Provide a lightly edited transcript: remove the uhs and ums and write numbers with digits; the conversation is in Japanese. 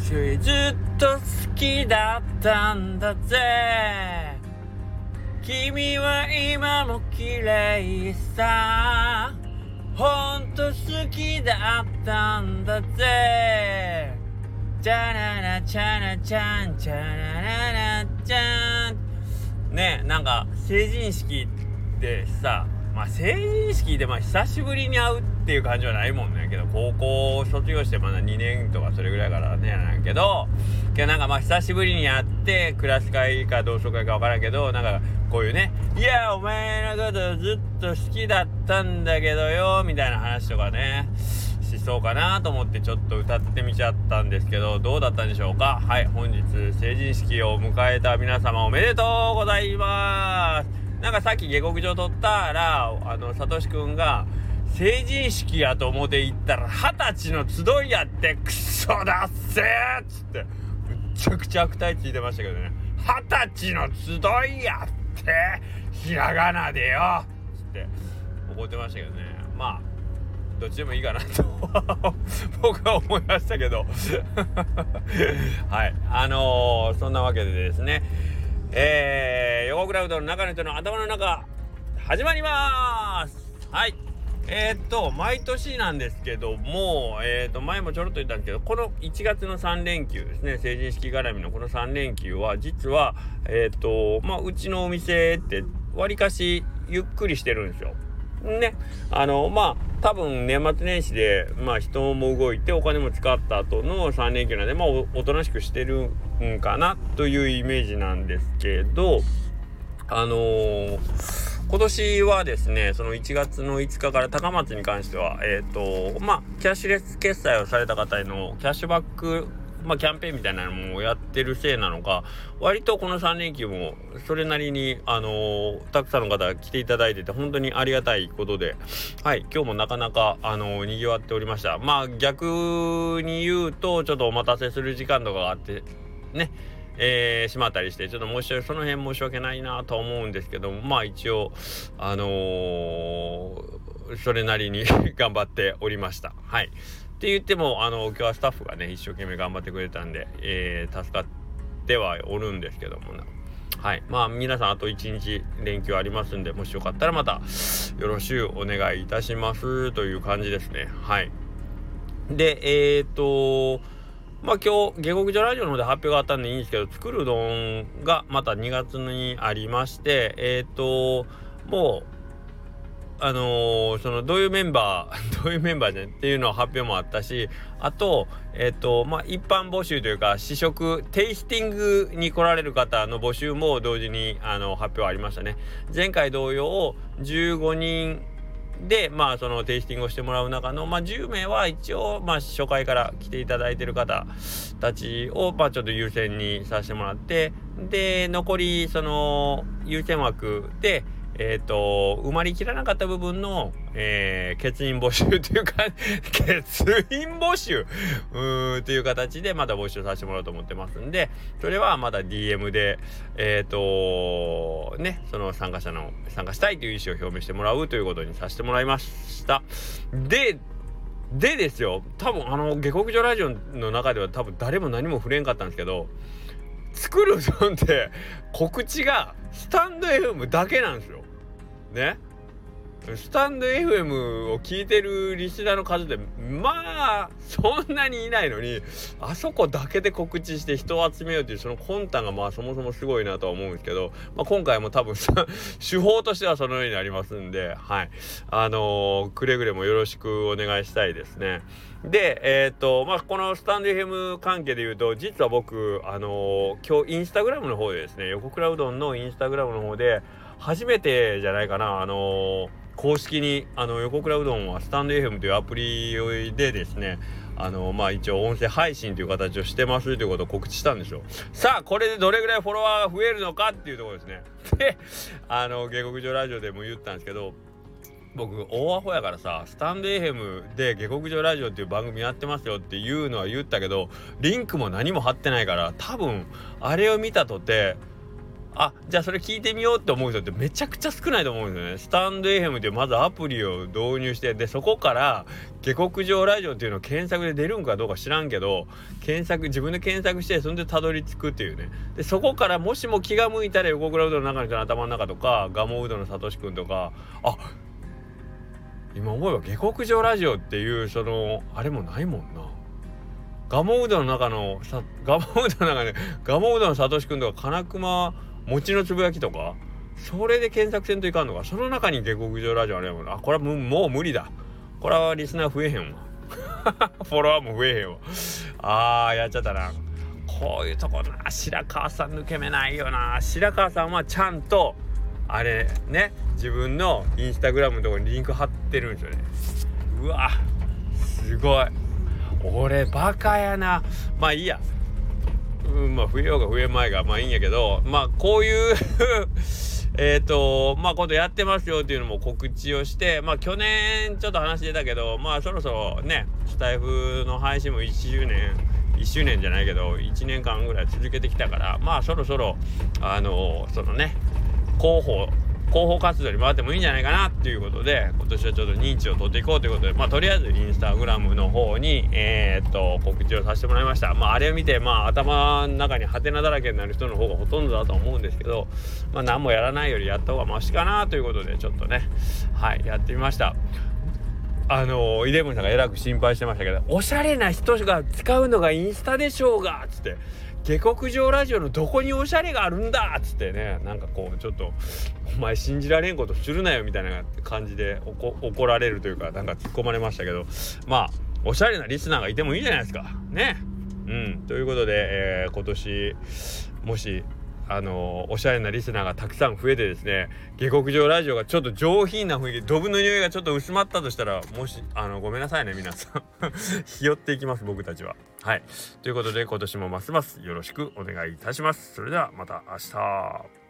ずっと好きだったんだぜ。君は今も綺麗さ。ほんと好きだったんだぜ。チャララチャラチャンチャラララチャン。ね、なんか成人式ってさ、成人式で久しぶりに会うっていう感じはないもんね。けど高校卒業してまだ2年とかそれぐらいからねなんけど、なんか久しぶりに会ってクラス会か同窓会か分からんけど、なんかこういうね、いやお前のことずっと好きだったんだけどよみたいな話とかねしそうかなと思ってちょっと歌ってみちゃったんですけど、どうだったんでしょうか。はい、本日成人式を迎えた皆様おめでとうございます。なんかさっき下克上撮ったらさとしくんが成人式やと思って行ったら20歳の集いやってクソだっせーっつってむちゃくちゃ悪態ついてましたけどね。20歳の集いやってひらがなでよっつって怒ってましたけどね。どっちでもいいかなと僕は思いましたけどはいそんなわけでですね、横クラウドの中の人の頭の中始まります。はい、毎年なんですけども、前もちょろっと言ったんですけど、この1月の3連休ですね、成人式絡みのこの3連休は実はうちのお店ってわりかしゆっくりしてるんですよね。多分年末年始で人も動いてお金も使った後の3連休なんでおとなしくしてるんかなというイメージなんですけど、今年はですね、その1月の5日から高松に関してはキャッシュレス決済をされた方へのキャッシュバックキャンペーンみたいなのもやってるせいなのか、割とこの3連休もそれなりにたくさんの方が来ていただいてて本当にありがたいことで、はい今日もなかなか賑わっておりました。逆に言うとちょっとお待たせする時間とかがあってねしまったりしてちょっとその辺申し訳ないなと思うんですけども、一応それなりに頑張っておりました。はいって言っても今日はスタッフがね一生懸命頑張ってくれたんで、助かってはおるんですけどもはい皆さんあと1日連休ありますんで、もしよかったらまたよろしゅうお願いいたしますという感じですね。はいで今日下克上ラジオの方で発表があったんでいいんですけど、作るうどんがまた2月にありましてもうそのどういうメンバーでっていうの発表もあったし、あと一般募集というか試食テイスティングに来られる方の募集も同時に発表ありましたね。前回同様15人でそのテイスティングをしてもらう中の10名は一応初回から来ていただいている方たちをちょっと優先にさせてもらって、で残りその優先枠で埋まりきらなかった部分の、欠員募集というか欠員募集という形でまた募集させてもらおうと思ってますんで、それはまた DM でその参加したいという意思を表明してもらうということにさせてもらいました。でですよ、多分下克上ラジオの中では多分誰も何も触れんかったんですけど、作るうどんって告知がスタンド FM だけなんですよね。スタンド FM を聞いてるリスナーの数でそんなにいないのに、あそこだけで告知して人を集めようというその魂胆がそもそもすごいなとは思うんですけど、今回も多分手法としてはそのようになりますんで、はいくれぐれもよろしくお願いしたいですね。でこのスタンド FM 関係で言うと、実は僕今日インスタグラムの方でですね、横倉うどんのインスタグラムの方で初めてじゃないかな、公式に横倉うどんはスタンド FM というアプリでですね一応音声配信という形をしてますということを告知したんですよ。さあこれでどれぐらいフォロワーが増えるのかっていうところですね。で下克上ラジオでも言ったんですけど、僕大アホやからさ、スタンド FM で下克上ラジオっていう番組やってますよっていうのは言ったけどリンクも何も貼ってないから、多分あれを見たとてじゃあそれ聞いてみようって思う人ってめちゃくちゃ少ないと思うんですよね。スタンド FM ってまずアプリを導入して、でそこから下克上ラジオっていうのを検索で出るんかどうか知らんけど、自分で検索してそんでたどり着くっていうね。でそこからもしも気が向いたら横倉うどんの中の人の頭の中とかガモうどんのさとしくんとか、今思えば下克上ラジオっていうそのあれもないもんな。ガモうどんの中のガモうどんの中でガモうどんのさとしくんとか金熊餅のつぶやきとか、それで検索せんといかんのか。その中に下克上ラジオあれやもんな。これはもう無理だ。これはリスナー増えへんわフォロワーも増えへんわ。やっちゃったな。こういうとこな、白川さん抜け目ないよな。白川さんはちゃんとあれね、自分のインスタグラムのところにリンク貼ってるんですよね。うわすごい、俺バカやな。まあいいや、増えようが増えまいがまあいいんやけど、こういうことやってますよっていうのも告知をして、去年ちょっと話してたけど、そろそろねスタイフの配信も1周年じゃないけど1年間ぐらい続けてきたから、そろそろそのね広報活動に回ってもいいんじゃないかなっていうことで、今年はちょっと認知を取っていこうということで、とりあえずインスタグラムの方に告知をさせてもらいました。あれを見て頭の中にハテナだらけになる人の方がほとんどだと思うんですけど、何もやらないよりやった方がマシかなということでちょっとねやってみました。イレブンさんがえらく心配してましたけど、おしゃれな人が使うのがインスタでしょうがつって、下克上ラジオのどこにおしゃれがあるんだっつってね、なんかこうちょっとお前信じられんことするなよみたいな感じで怒られるというか、なんか突っ込まれましたけど、おしゃれなリスナーがいてもいいじゃないですかね。ということで、今年もしおしゃれなリスナーがたくさん増えてですね、下克上ラジオがちょっと上品な雰囲気、ドブの匂いがちょっと薄まったとしたら、もしごめんなさいね皆さんひよっていきます僕たちは。ということで今年もますますよろしくお願いいたします。それではまた明日。